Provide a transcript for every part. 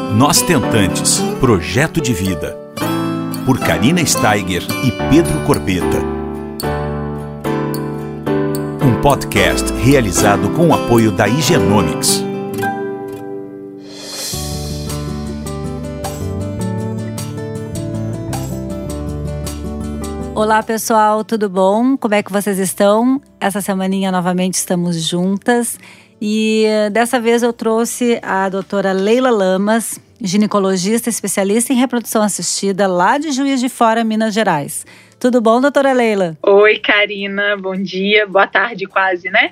Nós Tentantes, Projeto de Vida, por Karina Steiger e Pedro Corbeta. Um podcast realizado com o apoio da Higienomics. Olá pessoal, tudo bom? Como é que vocês estão? Essa semaninha novamente estamos juntas e dessa vez eu trouxe a doutora Leila Lamas, ginecologista especialista em reprodução assistida lá de Juiz de Fora, Minas Gerais. Tudo bom, doutora Leila? Oi, Karina, bom dia, boa tarde quase, né?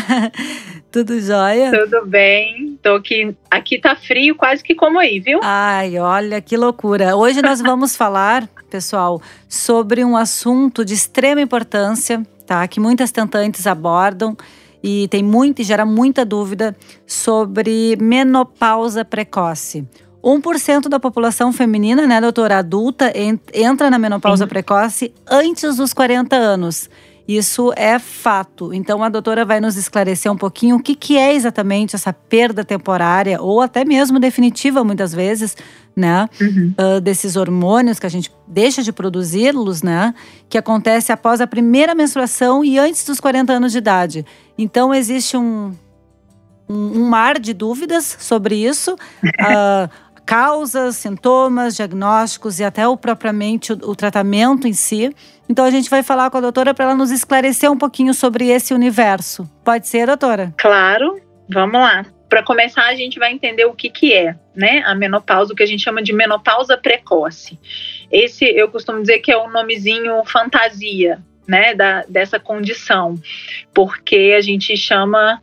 Tudo jóia? Tudo bem, tô aqui tá frio quase que como aí, viu? Ai, olha que loucura. Hoje nós vamos falar, pessoal, sobre um assunto de extrema importância, tá? Que muitas tentantes abordam e gera muita dúvida sobre menopausa precoce. 1% da população feminina, né, doutora, adulta, entra na menopausa precoce antes dos 40 anos. Isso é fato. Então, a doutora vai nos esclarecer um pouquinho o que é exatamente essa perda temporária, ou até mesmo definitiva, muitas vezes, né? Desses hormônios que a gente deixa de produzi-los, né? Que acontece após a primeira menstruação e antes dos 40 anos de idade. Então, existe um mar de dúvidas sobre isso. Causas, sintomas, diagnósticos e até propriamente o tratamento em si. Então a gente vai falar com a doutora para ela nos esclarecer um pouquinho sobre esse universo. Pode ser, doutora? Claro, vamos lá. Para começar, a gente vai entender o que é, né, a menopausa, o que a gente chama de menopausa precoce. Esse, eu costumo dizer que é o nomezinho fantasia, né, dessa condição, porque a gente chama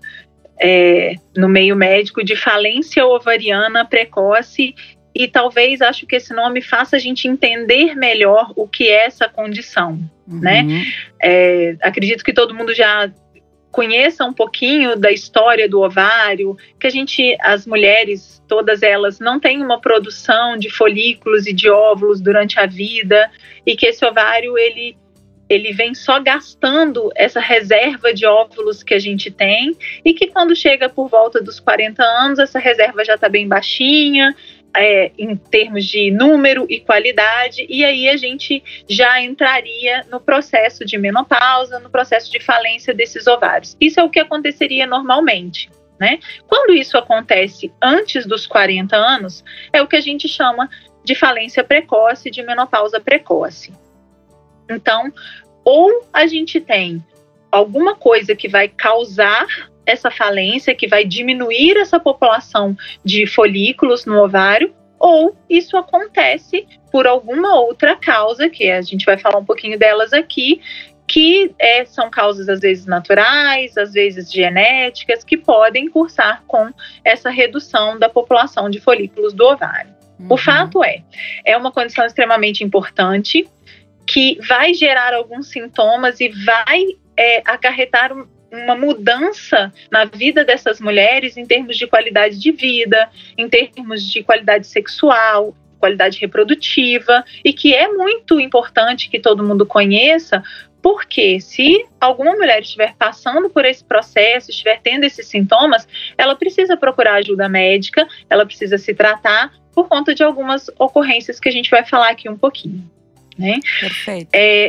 no meio médico de falência ovariana precoce, e talvez acho que esse nome faça a gente entender melhor o que é essa condição, né? Acredito que todo mundo já conheça um pouquinho da história do ovário, que as mulheres, todas elas, não têm uma produção de folículos e de óvulos durante a vida, e que esse ovário, ele vem só gastando essa reserva de óvulos que a gente tem, e que quando chega por volta dos 40 anos, essa reserva já está bem baixinha, em termos de número e qualidade, e aí a gente já entraria no processo de menopausa, no processo de falência desses ovários. Isso é o que aconteceria normalmente, né? Quando isso acontece antes dos 40 anos, é o que a gente chama de falência precoce, de menopausa precoce. Então, ou a gente tem alguma coisa que vai causar essa falência, que vai diminuir essa população de folículos no ovário, ou isso acontece por alguma outra causa, que a gente vai falar um pouquinho delas aqui, que são causas às vezes naturais, às vezes genéticas, que podem cursar com essa redução da população de folículos do ovário. O fato é uma condição extremamente importante, que vai gerar alguns sintomas e vai acarretar uma mudança na vida dessas mulheres em termos de qualidade de vida, em termos de qualidade sexual, qualidade reprodutiva, e que é muito importante que todo mundo conheça, porque se alguma mulher estiver passando por esse processo, estiver tendo esses sintomas, ela precisa procurar ajuda médica, ela precisa se tratar por conta de algumas ocorrências que a gente vai falar aqui um pouquinho, né? Perfeito.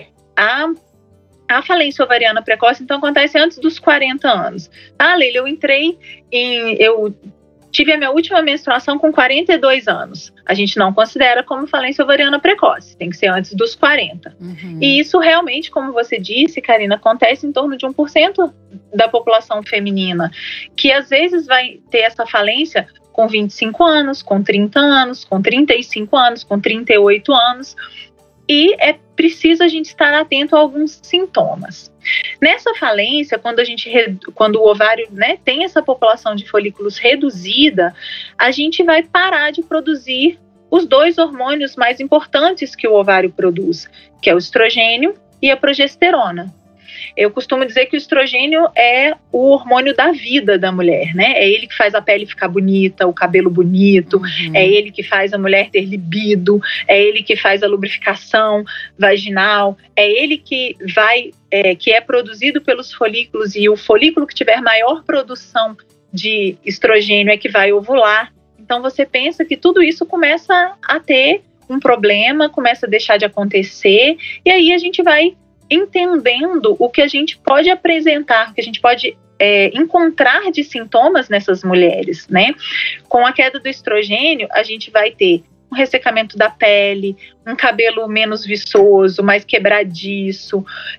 A falência ovariana precoce, então, acontece antes dos 40 anos. Leila, eu tive a minha última menstruação com 42 anos. A gente não considera como falência ovariana precoce, tem que ser antes dos 40. E isso realmente, como você disse, Karina, acontece em torno de 1% da população feminina, que às vezes vai ter essa falência com 25 anos, com 30 anos, com 35 anos, com 38 anos. E é preciso a gente estar atento a alguns sintomas. Nessa falência, quando o ovário, né, tem essa população de folículos reduzida, a gente vai parar de produzir os dois hormônios mais importantes que o ovário produz, que é o estrogênio e a progesterona. Eu costumo dizer que o estrogênio é o hormônio da vida da mulher, né? É ele que faz a pele ficar bonita, o cabelo bonito, é ele que faz a mulher ter libido, é ele que faz a lubrificação vaginal, é ele que é produzido pelos folículos, e o folículo que tiver maior produção de estrogênio é que vai ovular. Então você pensa que tudo isso começa a ter um problema, começa a deixar de acontecer, e aí a gente vai entendendo o que a gente pode apresentar, o que a gente pode encontrar de sintomas nessas mulheres, né? Com a queda do estrogênio, a gente vai ter um ressecamento da pele, um cabelo menos viçoso, mais quebradiço,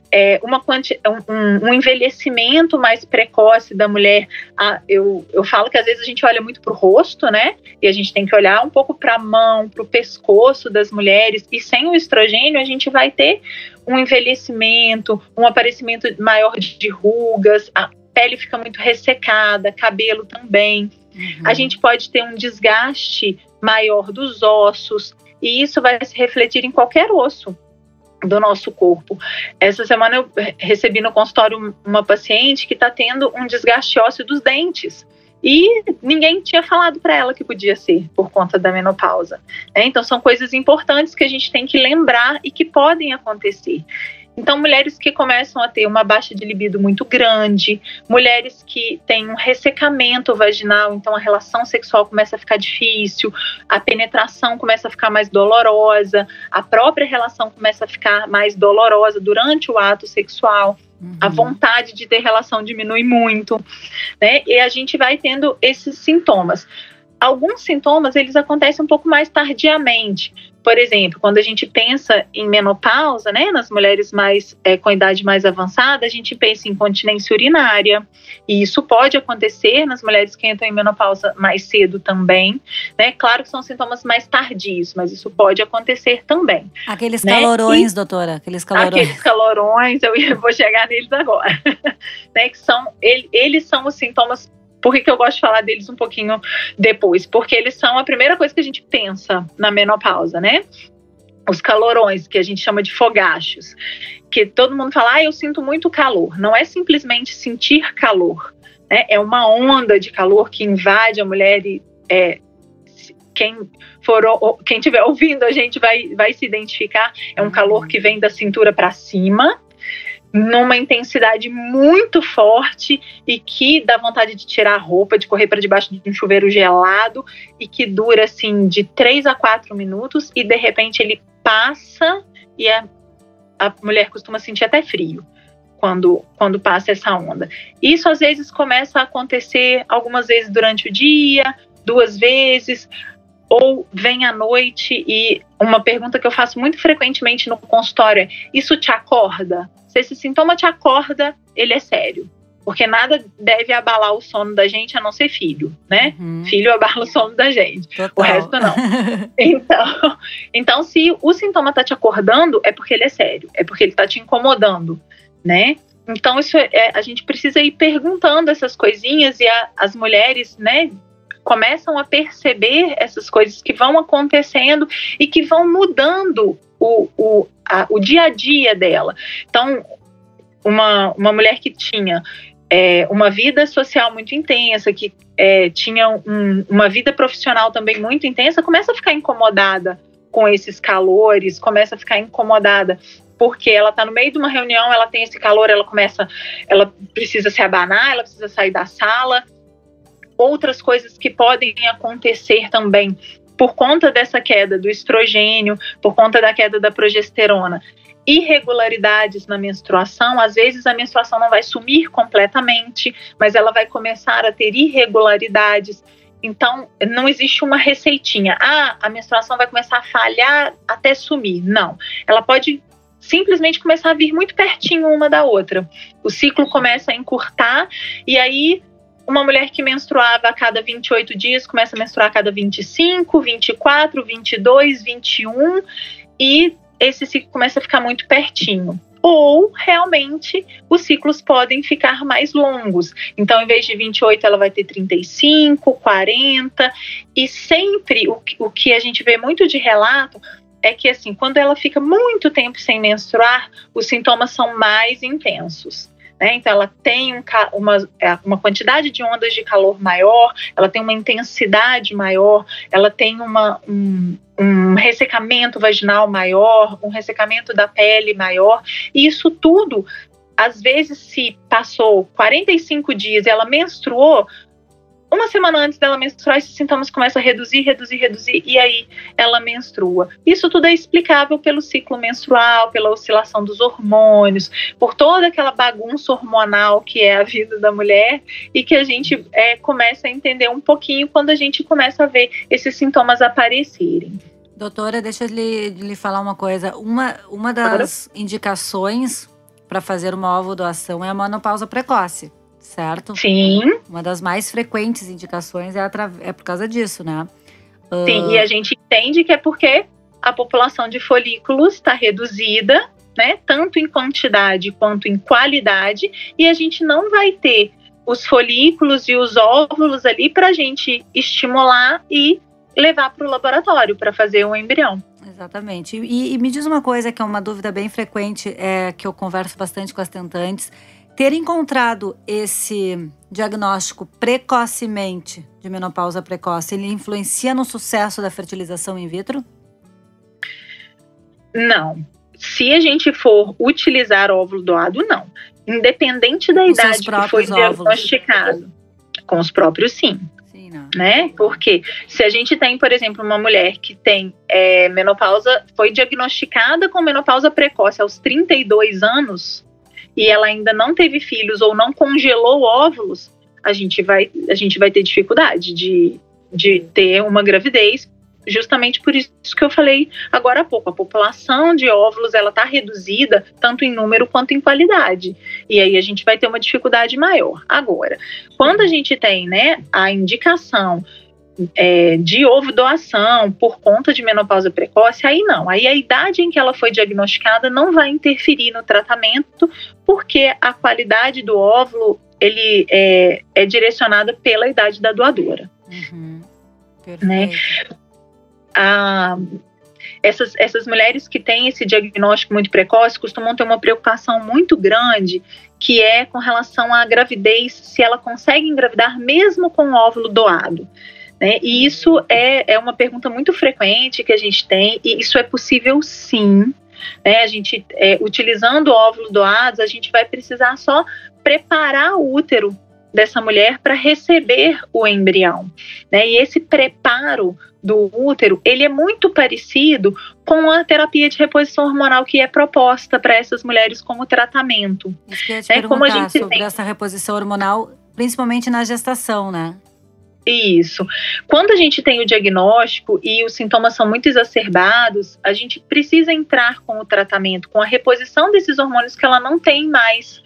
um envelhecimento mais precoce da mulher. Eu falo que às vezes a gente olha muito para o rosto, né? E a gente tem que olhar um pouco para a mão, para o pescoço das mulheres. E sem o estrogênio a gente vai ter um envelhecimento, um aparecimento maior de rugas, a pele fica muito ressecada, cabelo também. A gente pode ter um desgaste maior dos ossos, e isso vai se refletir em qualquer osso do nosso corpo. Essa semana eu recebi no consultório uma paciente que está tendo um desgaste ósseo dos dentes, e ninguém tinha falado para ela que podia ser por conta da menopausa. Então são coisas importantes que a gente tem que lembrar e que podem acontecer. Então, mulheres que começam a ter uma baixa de libido muito grande, mulheres que têm um ressecamento vaginal, então a relação sexual começa a ficar difícil, a penetração começa a ficar mais dolorosa, a própria relação começa a ficar mais dolorosa durante o ato sexual, a vontade de ter relação diminui muito, né? E a gente vai tendo esses sintomas. Alguns sintomas, eles acontecem um pouco mais tardiamente. Por exemplo, quando a gente pensa em menopausa, né, nas mulheres com idade mais avançada, a gente pensa em incontinência urinária, e isso pode acontecer nas mulheres que entram em menopausa mais cedo também, né? Claro que são sintomas mais tardios, mas isso pode acontecer também. Aqueles calorões, doutora, aqueles calorões, vou chegar neles agora, né, que eles são os sintomas. Por que eu gosto de falar deles um pouquinho depois? Porque eles são a primeira coisa que a gente pensa na menopausa, né? Os calorões, que a gente chama de fogachos. Que todo mundo fala, eu sinto muito calor. Não é simplesmente sentir calor, né? É uma onda de calor que invade a mulher e quem estiver ouvindo a gente vai se identificar. É um calor que vem da cintura para cima, numa intensidade muito forte, e que dá vontade de tirar a roupa, de correr para debaixo de um chuveiro gelado, e que dura assim de 3 a 4 minutos, e de repente ele passa e a mulher costuma sentir até frio quando passa essa onda. Isso às vezes começa a acontecer algumas vezes durante o dia, 2 vezes, ou vem à noite. E uma pergunta que eu faço muito frequentemente no consultório é: isso te acorda? Se esse sintoma te acorda, ele é sério. Porque nada deve abalar o sono da gente, a não ser filho, né? Filho abala o sono da gente. Total. O resto não. Então, se o sintoma está te acordando, é porque ele é sério. É porque ele está te incomodando, né? Então, a gente precisa ir perguntando essas coisinhas, e as mulheres, né, começam a perceber essas coisas que vão acontecendo e que vão mudando o dia a dia dela. Então, uma mulher que tinha uma vida social muito intensa, que tinha uma vida profissional também muito intensa, começa a ficar incomodada com esses calores, começa a ficar incomodada porque ela está no meio de uma reunião, ela tem esse calor, ela precisa se abanar, ela precisa sair da sala. Outras coisas que podem acontecer também por conta dessa queda do estrogênio, por conta da queda da progesterona. Irregularidades na menstruação. Às vezes a menstruação não vai sumir completamente, mas ela vai começar a ter irregularidades. Então, não existe uma receitinha. A menstruação vai começar a falhar até sumir. Não. Ela pode simplesmente começar a vir muito pertinho uma da outra. O ciclo começa a encurtar, e aí uma mulher que menstruava a cada 28 dias começa a menstruar a cada 25, 24, 22, 21, e esse ciclo começa a ficar muito pertinho. Ou, realmente, os ciclos podem ficar mais longos. Então, em vez de 28, ela vai ter 35, 40. E sempre, o que a gente vê muito de relato é que, assim, quando ela fica muito tempo sem menstruar, os sintomas são mais intensos, né? Então, ela tem uma quantidade de ondas de calor maior, ela tem uma intensidade maior, ela tem um ressecamento vaginal maior, um ressecamento da pele maior. E isso tudo, às vezes, se passou 45 dias e ela menstruou, uma semana antes dela menstruar, esses sintomas começam a reduzir, e aí ela menstrua. Isso tudo é explicável pelo ciclo menstrual, pela oscilação dos hormônios, por toda aquela bagunça hormonal que é a vida da mulher, e que a gente começa a entender um pouquinho quando a gente começa a ver esses sintomas aparecerem. Doutora, deixa eu lhe falar uma coisa. Uma das indicações para fazer uma ovodoação é a menopausa precoce, certo? Sim. Uma das mais frequentes indicações é por causa disso, né? Sim, e a gente entende que é porque a população de folículos está reduzida, né? Tanto em quantidade quanto em qualidade, e a gente não vai ter os folículos e os óvulos ali para a gente estimular e levar para o laboratório para fazer um embrião. Exatamente. E me diz uma coisa que é uma dúvida bem frequente, que eu converso bastante com as tentantes. Ter encontrado esse diagnóstico precocemente de menopausa precoce, ele influencia no sucesso da fertilização in vitro? Não. Se a gente for utilizar óvulo doado, não. Independente da idade que foi diagnosticado. Com os próprios, sim. Né? Porque se a gente tem, por exemplo, uma mulher que tem menopausa, foi diagnosticada com menopausa precoce aos 32 anos e ela ainda não teve filhos ou não congelou óvulos, a gente vai ter dificuldade de ter uma gravidez, justamente por isso que eu falei agora há pouco. A população de óvulos ela está reduzida tanto em número quanto em qualidade, e aí a gente vai ter uma dificuldade maior. Agora, quando a gente tem, né, a indicação de ovodoação por conta de menopausa precoce, aí não, aí a idade em que ela foi diagnosticada não vai interferir no tratamento, porque a qualidade do óvulo ele é direcionada pela idade da doadora. Uhum. Né? Essas mulheres que têm esse diagnóstico muito precoce costumam ter uma preocupação muito grande, que é com relação à gravidez, se ela consegue engravidar mesmo com o óvulo doado. Né? E isso é uma pergunta muito frequente que a gente tem, e isso é possível sim. Né? A gente, utilizando óvulos doados, a gente vai precisar só preparar o útero dessa mulher para receber o embrião. Né? E esse preparo do útero, ele é muito parecido com a terapia de reposição hormonal que é proposta para essas mulheres como tratamento. Isso que eu ia te perguntar, como a gente sobre essa reposição hormonal, principalmente na gestação, né? Isso. Quando a gente tem o diagnóstico e os sintomas são muito exacerbados, a gente precisa entrar com o tratamento, com a reposição desses hormônios que ela não tem mais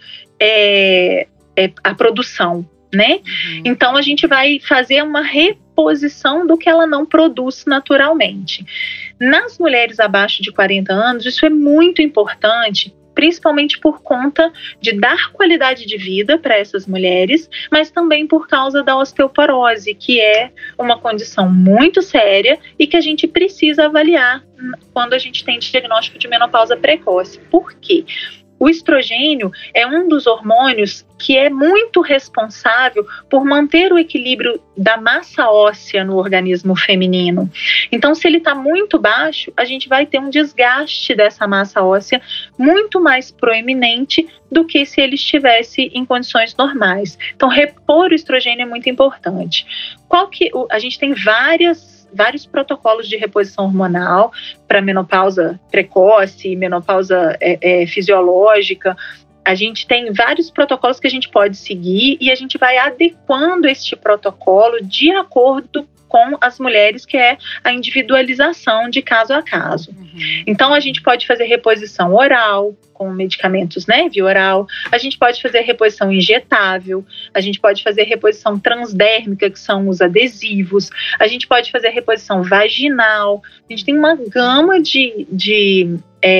a produção, né? Uhum. Então a gente vai fazer uma reposição do que ela não produz naturalmente. Nas mulheres abaixo de 40 anos, isso é muito importante, principalmente por conta de dar qualidade de vida para essas mulheres, mas também por causa da osteoporose, que é uma condição muito séria e que a gente precisa avaliar quando a gente tem diagnóstico de menopausa precoce. Por quê? O estrogênio é um dos hormônios que é muito responsável por manter o equilíbrio da massa óssea no organismo feminino. Então, se ele está muito baixo, a gente vai ter um desgaste dessa massa óssea muito mais proeminente do que se ele estivesse em condições normais. Então, repor o estrogênio é muito importante. A gente tem vários protocolos de reposição hormonal para menopausa precoce, menopausa fisiológica. A gente tem vários protocolos que a gente pode seguir e a gente vai adequando este protocolo de acordo com as mulheres, que é a individualização de caso a caso. Uhum. Então, a gente pode fazer reposição oral, com medicamentos, né, via oral. A gente pode fazer reposição injetável. A gente pode fazer reposição transdérmica, que são os adesivos. A gente pode fazer reposição vaginal. A gente tem uma gama de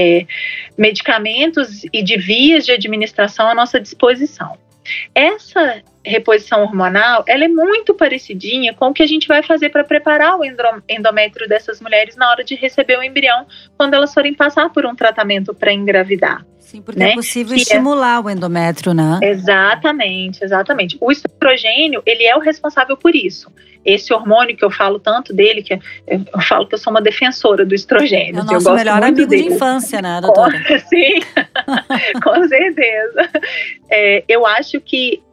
medicamentos e de vias de administração à nossa disposição. Essa reposição hormonal, ela é muito parecidinha com o que a gente vai fazer para preparar o endométrio dessas mulheres na hora de receber o embrião, quando elas forem passar por um tratamento para engravidar. Sim, porque é possível estimular o endométrio, né? Exatamente. O estrogênio, ele é o responsável por isso. Esse hormônio que eu falo tanto dele, que eu falo que eu sou uma defensora do estrogênio. É o nosso melhor amigo de infância, né, doutora? Sim, com certeza. Eu acho que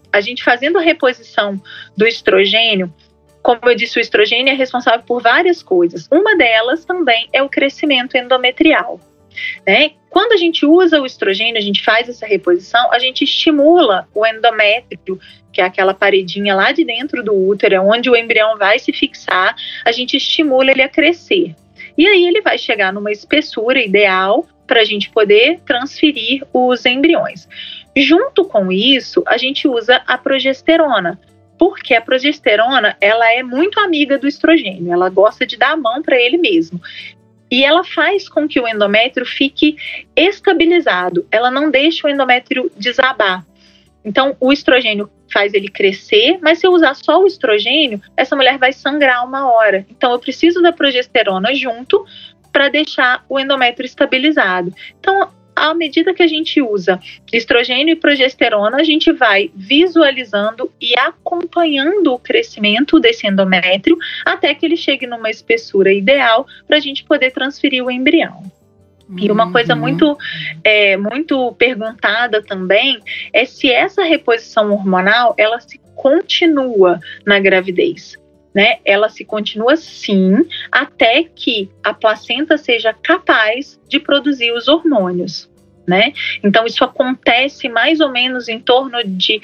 a gente fazendo a reposição do estrogênio, como eu disse, o estrogênio é responsável por várias coisas. Uma delas também é o crescimento endometrial, né? Quando a gente usa o estrogênio, a gente faz essa reposição, a gente estimula o endométrio, que é aquela paredinha lá de dentro do útero, onde o embrião vai se fixar, a gente estimula ele a crescer. E aí ele vai chegar numa espessura ideal para a gente poder transferir os embriões. Junto com isso, a gente usa a progesterona, porque a progesterona, ela é muito amiga do estrogênio, ela gosta de dar a mão para ele mesmo. E ela faz com que o endométrio fique estabilizado, ela não deixa o endométrio desabar. Então, o estrogênio faz ele crescer, mas se eu usar só o estrogênio, essa mulher vai sangrar uma hora. Então, eu preciso da progesterona junto para deixar o endométrio estabilizado. Então, à medida que a gente usa estrogênio e progesterona, a gente vai visualizando e acompanhando o crescimento desse endométrio até que ele chegue numa espessura ideal para a gente poder transferir o embrião. E uma coisa muito perguntada também é se essa reposição hormonal ela se continua na gravidez. Né? Ela se continua sim até que a placenta seja capaz de produzir os hormônios, né? Então isso acontece mais ou menos em torno de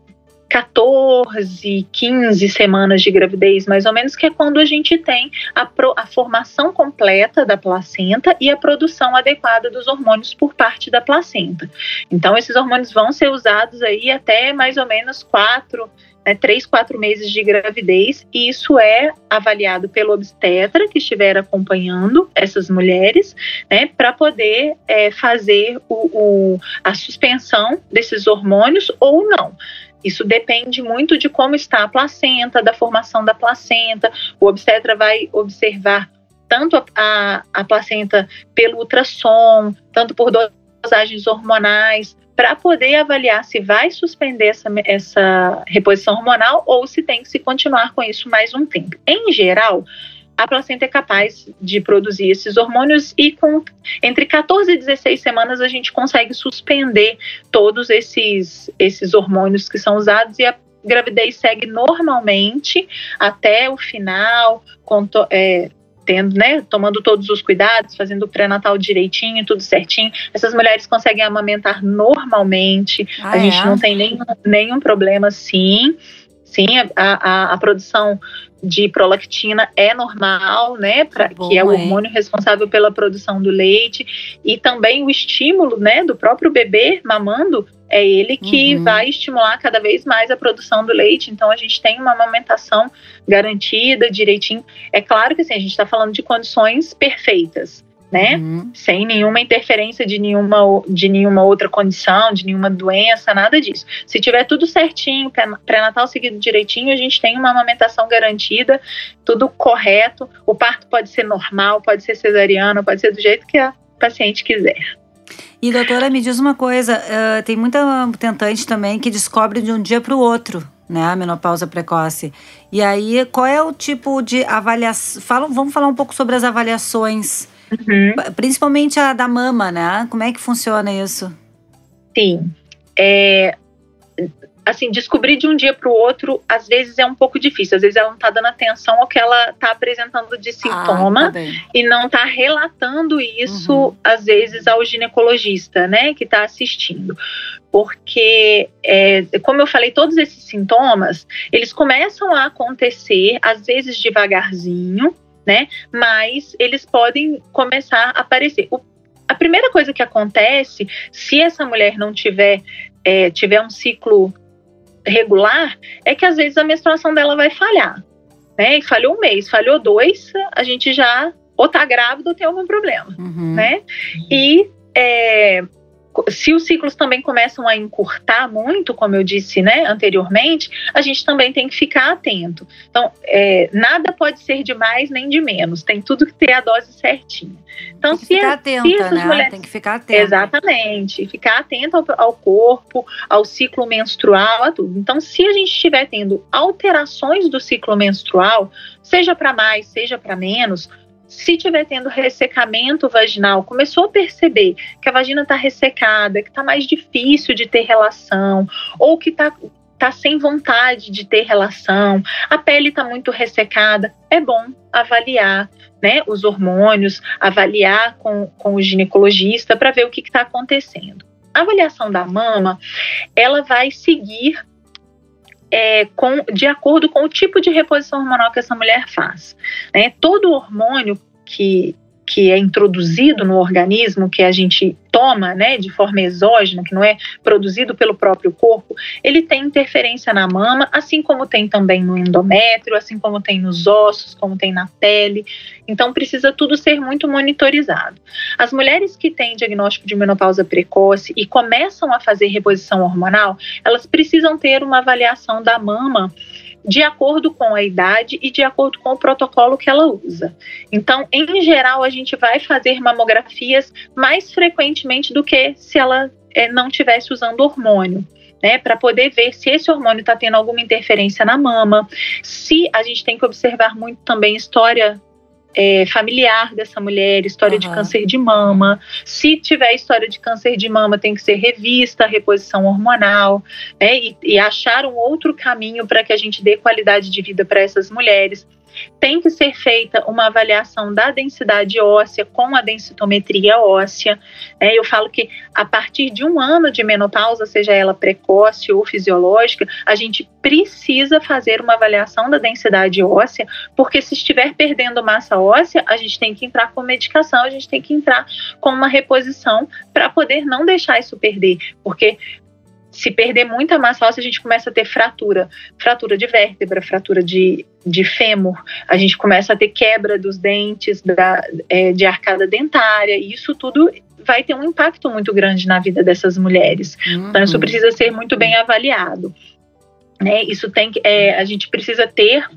14, 15 semanas de gravidez, mais ou menos, que é quando a gente tem a formação completa da placenta e a produção adequada dos hormônios por parte da placenta. Então esses hormônios vão ser usados aí até mais ou menos 3, 4 meses de gravidez, e isso é avaliado pelo obstetra que estiver acompanhando essas mulheres, né, para poder fazer a suspensão desses hormônios ou não. Isso depende muito de como está a placenta, da formação da placenta. O obstetra vai observar tanto a placenta pelo ultrassom, tanto por dosagens hormonais, para poder avaliar se vai suspender essa reposição hormonal ou se tem que se continuar com isso mais um tempo. Em geral, a placenta é capaz de produzir esses hormônios e entre 14 e 16 semanas a gente consegue suspender todos esses hormônios que são usados e a gravidez segue normalmente até o final, tomando todos os cuidados, fazendo o pré-natal direitinho, tudo certinho. Essas mulheres conseguem amamentar normalmente, a gente não tem nenhum problema, sim, a produção de prolactina é normal, né, que é o hormônio responsável pela produção do leite, e também o estímulo, né, do próprio bebê mamando, é ele que vai estimular cada vez mais a produção do leite. Então a gente tem uma amamentação garantida, direitinho. É claro que assim, a gente está falando de condições perfeitas, né? Sem nenhuma interferência de nenhuma outra condição, de nenhuma doença, nada disso. Se tiver tudo certinho, pré-natal seguido direitinho, a gente tem uma amamentação garantida, tudo correto. O parto pode ser normal, pode ser cesariano, pode ser do jeito que a paciente quiser. E doutora, me diz uma coisa, tem muita tentante também que descobre de um dia para o outro, né, a menopausa precoce. E aí, qual é o tipo de avaliação? Vamos falar um pouco sobre as avaliações, principalmente a da mama, né? Como é que funciona isso? Sim, assim, descobrir de um dia para o outro, às vezes é um pouco difícil. Às vezes ela não está dando atenção ao que ela está apresentando de sintoma e não está relatando isso, às vezes, ao ginecologista, né, que está assistindo. Porque, como eu falei, todos esses sintomas, eles começam a acontecer, às vezes devagarzinho, né, mas eles podem começar a aparecer. A primeira coisa que acontece, se essa mulher não tiver um ciclo regular, é que às vezes a menstruação dela vai falhar, né? E falhou um mês, falhou 2, a gente já ou tá grávida ou tem algum problema, né? E se os ciclos também começam a encurtar muito, como eu disse, né, anteriormente, a gente também tem que ficar atento. Então, nada pode ser de mais nem de menos, tem tudo que ter a dose certinha. Então, tem que ficar atenta, né? Mulheres... Tem que ficar atenta. Exatamente, ficar atenta ao corpo, ao ciclo menstrual, a tudo. Então, se a gente estiver tendo alterações do ciclo menstrual, seja para mais, seja para menos, se estiver tendo ressecamento vaginal, começou a perceber que a vagina está ressecada, que está mais difícil de ter relação, ou que está tá sem vontade de ter relação, a pele tá muito ressecada, é bom avaliar, né, os hormônios, avaliar com o ginecologista para ver o que está acontecendo. A avaliação da mama, ela vai seguir de acordo com o tipo de reposição hormonal que essa mulher faz, né? Todo hormônio que é introduzido no organismo, que a gente toma, né, de forma exógena, que não é produzido pelo próprio corpo, ele tem interferência na mama, assim como tem também no endométrio, assim como tem nos ossos, como tem na pele. Então precisa tudo ser muito monitorizado. As mulheres que têm diagnóstico de menopausa precoce e começam a fazer reposição hormonal, elas precisam ter uma avaliação da mama de acordo com a idade e de acordo com o protocolo que ela usa. Então, em geral, a gente vai fazer mamografias mais frequentemente do que se ela não estivesse usando hormônio, né, para poder ver se esse hormônio está tendo alguma interferência na mama, se a gente tem que observar muito também história familiar dessa mulher, história de câncer de mama. Se tiver história de câncer de mama, tem que ser revista a reposição hormonal, né, e achar um outro caminho para que a gente dê qualidade de vida para essas mulheres. Tem que ser feita uma avaliação da densidade óssea com a densitometria óssea. Eu falo que a partir de 1 ano de menopausa, seja ela precoce ou fisiológica, a gente precisa fazer uma avaliação da densidade óssea, porque se estiver perdendo massa óssea, a gente tem que entrar com medicação, a gente tem que entrar com uma reposição para poder não deixar isso perder, porque se perder muita massa óssea, a gente começa a ter fratura de vértebra, fratura de fêmur, a gente começa a ter quebra dos dentes, de arcada dentária, e isso tudo vai ter um impacto muito grande na vida dessas mulheres. Então, isso precisa ser muito bem avaliado, né? Isso a gente precisa ter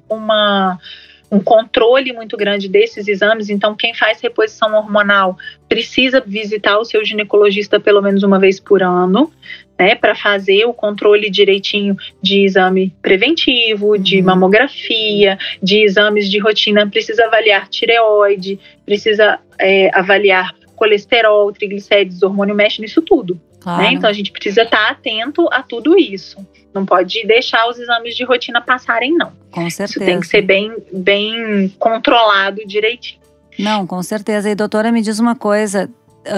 um controle muito grande desses exames. Então, quem faz reposição hormonal precisa visitar o seu ginecologista pelo menos uma vez por ano, né, para fazer o controle direitinho de exame preventivo, de mamografia, de exames de rotina. Precisa avaliar tireoide, precisa avaliar colesterol, triglicérides, hormônio mexe nisso tudo. Claro. Né? Então, a gente precisa estar atento a tudo isso. Não pode deixar os exames de rotina passarem, não. Com certeza. Isso tem que ser bem controlado direitinho. Não, com certeza. E, doutora, me diz uma coisa.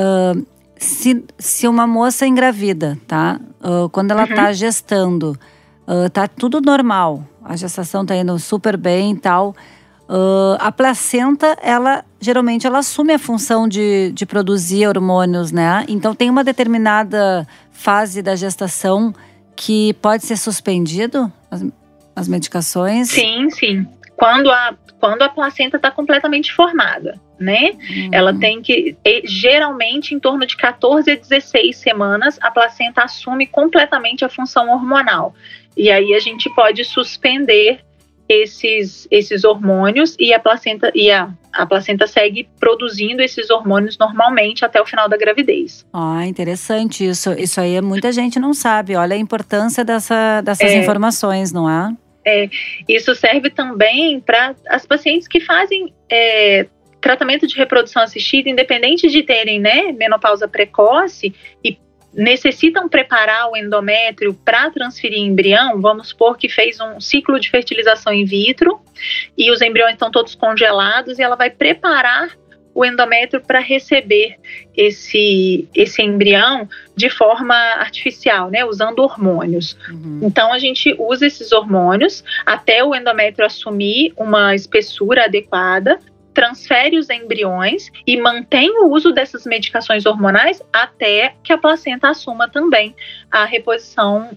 Se uma moça engravida, tá? Quando ela tá gestando, tá tudo normal. A gestação tá indo super bem e tal. A placenta, geralmente ela assume a função de produzir hormônios, né? Então tem uma determinada fase da gestação que pode ser suspendido as medicações? Sim. Quando a placenta está completamente formada, né? Ela tem que, geralmente, em torno de 14 a 16 semanas, a placenta assume completamente a função hormonal. E aí a gente pode suspender esses hormônios e a placenta segue produzindo esses hormônios normalmente até o final da gravidez. Interessante isso. Isso aí muita gente não sabe. Olha a importância dessas informações, não é? Isso serve também para as pacientes que fazem tratamento de reprodução assistida, independente de terem, né, menopausa precoce e necessitam preparar o endométrio para transferir embrião. Vamos supor que fez um ciclo de fertilização in vitro e os embriões estão todos congelados e ela vai preparar o endométrio para receber esse embrião de forma artificial, né, usando hormônios. Então a gente usa esses hormônios até o endométrio assumir uma espessura adequada, transfere os embriões e mantém o uso dessas medicações hormonais até que a placenta assuma também a reposição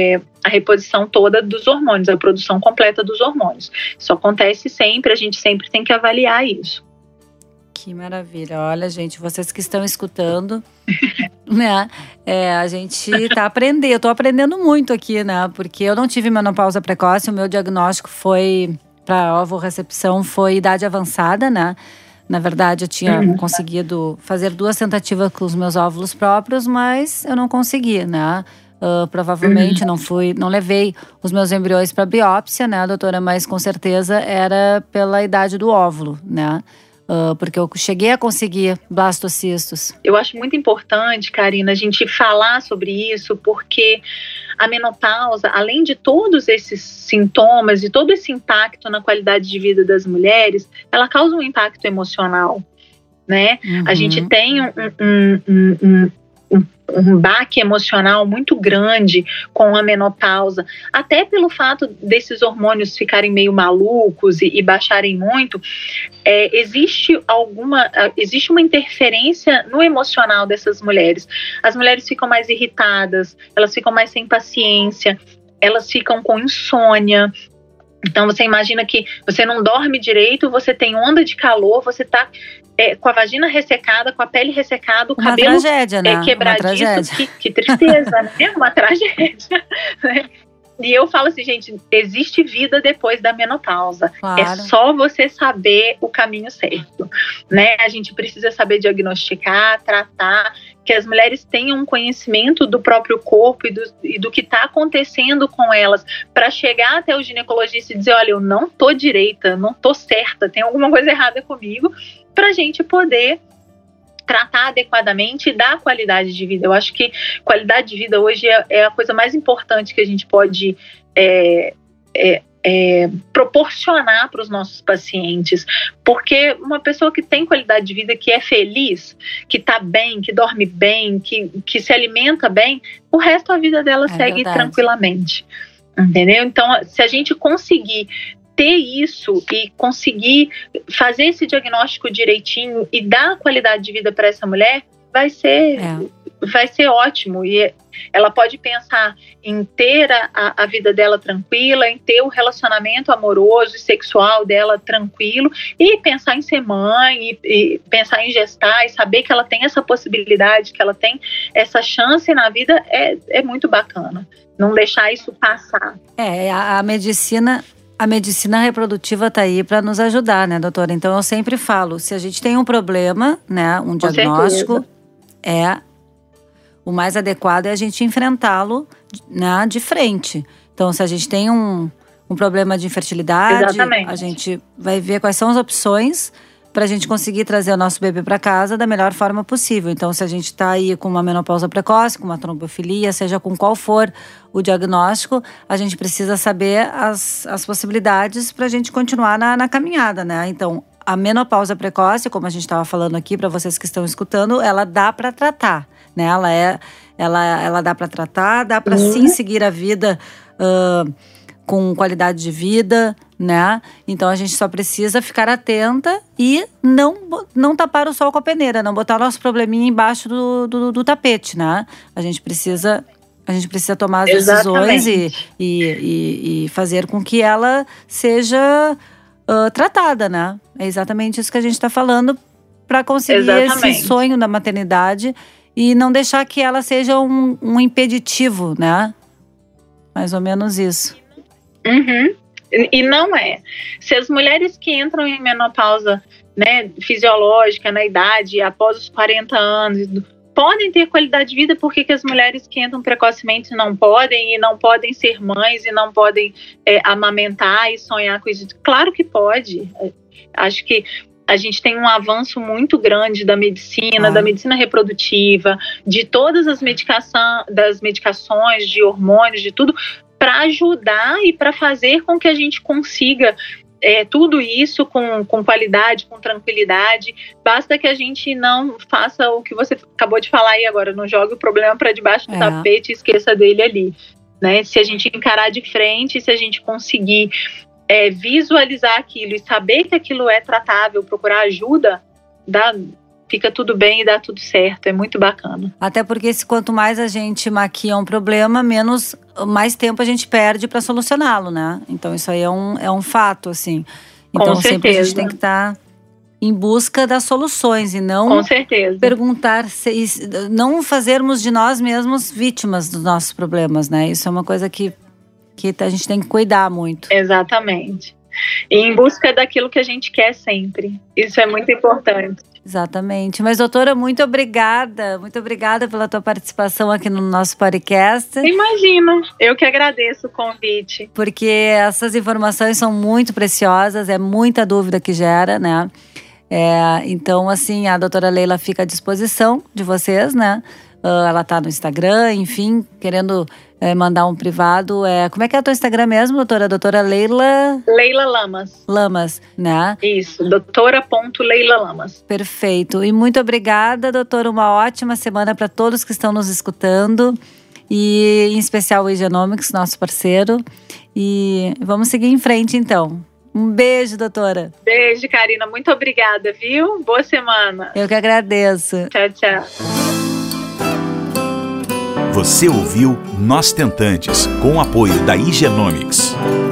toda dos hormônios, a produção completa dos hormônios. Isso acontece sempre, a gente sempre tem que avaliar isso. Que maravilha. Olha, gente, vocês que estão escutando, né? A gente tá aprendendo, eu tô aprendendo muito aqui, né? Porque eu não tive menopausa precoce, o meu diagnóstico foi para ovorecepção foi idade avançada, né? Na verdade, eu tinha conseguido fazer 2 tentativas com os meus óvulos próprios, mas eu não consegui, né? Provavelmente não levei os meus embriões para biópsia, né, doutora? Mas com certeza era pela idade do óvulo, né? porque eu cheguei a conseguir blastocistos. Eu acho muito importante, Karina, a gente falar sobre isso, porque a menopausa, além de todos esses sintomas e todo esse impacto na qualidade de vida das mulheres, ela causa um impacto emocional, né? A gente tem um baque emocional muito grande com a menopausa, até pelo fato desses hormônios ficarem meio malucos e baixarem muito. Existe uma interferência no emocional dessas mulheres. As mulheres ficam mais irritadas, elas ficam mais sem paciência, elas ficam com insônia. Então você imagina que você não dorme direito, você tem onda de calor, você tá com a vagina ressecada, com a pele ressecada, o cabelo tragédia, né? quebradiço. Que tristeza, né? Uma tragédia. Né? E eu falo assim, gente, existe vida depois da menopausa. Claro. É só você saber o caminho certo, né? A gente precisa saber diagnosticar, tratar, que as mulheres tenham um conhecimento do próprio corpo e do que está acontecendo com elas, para chegar até o ginecologista e dizer, olha, eu não tô direita, não tô certa, tem alguma coisa errada comigo, para a gente poder tratar adequadamente e dar qualidade de vida. Eu acho que qualidade de vida hoje é a coisa mais importante que a gente pode proporcionar para os nossos pacientes, porque uma pessoa que tem qualidade de vida, que é feliz, que está bem, que dorme bem, que se alimenta bem, o resto da vida dela segue tranquilamente, entendeu? Então, se a gente conseguir ter isso e conseguir fazer esse diagnóstico direitinho e dar qualidade de vida para essa mulher, vai ser ótimo. E ela pode pensar em ter a vida dela tranquila, em ter o relacionamento amoroso e sexual dela tranquilo, e pensar em ser mãe, e pensar em gestar, e saber que ela tem essa possibilidade, que ela tem essa chance na vida, é muito bacana. Não deixar isso passar. A medicina reprodutiva está aí para nos ajudar, né, doutora? Então, eu sempre falo, se a gente tem um problema, né, um diagnóstico, o mais adequado é a gente enfrentá-lo, né, de frente. Então, se a gente tem um problema de infertilidade, a gente vai ver quais são as opções para a gente conseguir trazer o nosso bebê para casa da melhor forma possível. Então, se a gente está aí com uma menopausa precoce, com uma trombofilia, seja com qual for o diagnóstico, a gente precisa saber as possibilidades para a gente continuar na caminhada, né? Então, a menopausa precoce, como a gente estava falando aqui, para vocês que estão escutando, ela dá para tratar, né? Ela dá para tratar, dá para sim seguir a vida com qualidade de vida, né? Então a gente só precisa ficar atenta e não tapar o sol com a peneira, não botar o nosso probleminha embaixo do tapete, né? A gente precisa tomar as decisões e fazer com que ela seja tratada, né? É exatamente isso que a gente está falando, para conseguir esse sonho da maternidade e não deixar que ela seja um impeditivo, né? Mais ou menos isso. E não é. Se as mulheres que entram em menopausa, né, fisiológica, na idade, após os 40 anos, podem ter qualidade de vida, por que as mulheres que entram precocemente não podem, e não podem ser mães, e não podem amamentar e sonhar com isso? Claro que pode. Acho que a gente tem um avanço muito grande da medicina reprodutiva, de todas as medicações, de hormônios, de tudo, para ajudar e para fazer com que a gente consiga tudo isso com qualidade, com tranquilidade. Basta que a gente não faça o que você acabou de falar aí agora, não jogue o problema para debaixo do tapete e esqueça dele ali, né? Se a gente encarar de frente, se a gente conseguir visualizar aquilo e saber que aquilo é tratável, procurar ajuda, fica tudo bem e dá tudo certo, é muito bacana. Até porque quanto mais a gente maquia um problema, mais tempo a gente perde para solucioná-lo, né? Então isso aí é um fato, assim. Então sempre a gente tem que estar em busca das soluções e não perguntar, não fazermos de nós mesmos vítimas dos nossos problemas, né? Isso é uma coisa que a gente tem que cuidar muito. Exatamente. E em busca daquilo que a gente quer sempre. Isso é muito importante. Exatamente. Mas, doutora, muito obrigada pela tua participação aqui no nosso podcast. Imagina, eu que agradeço o convite. Porque essas informações são muito preciosas, é muita dúvida que gera, né? Então, assim, a doutora Leila fica à disposição de vocês, né? Ela tá no Instagram, enfim, querendo mandar um privado. Como é que é o teu Instagram mesmo, doutora? Doutora Leila... Leila Lamas. Lamas, né? Isso, doutora.Leila Lamas. Perfeito. E muito obrigada, doutora. Uma ótima semana para todos que estão nos escutando. E em especial o Igenomics, nosso parceiro. E vamos seguir em frente, então. Um beijo, doutora. Beijo, Karina. Muito obrigada, viu? Boa semana. Eu que agradeço. Tchau, tchau. Você ouviu Nós Tentantes, com o apoio da Igenomics.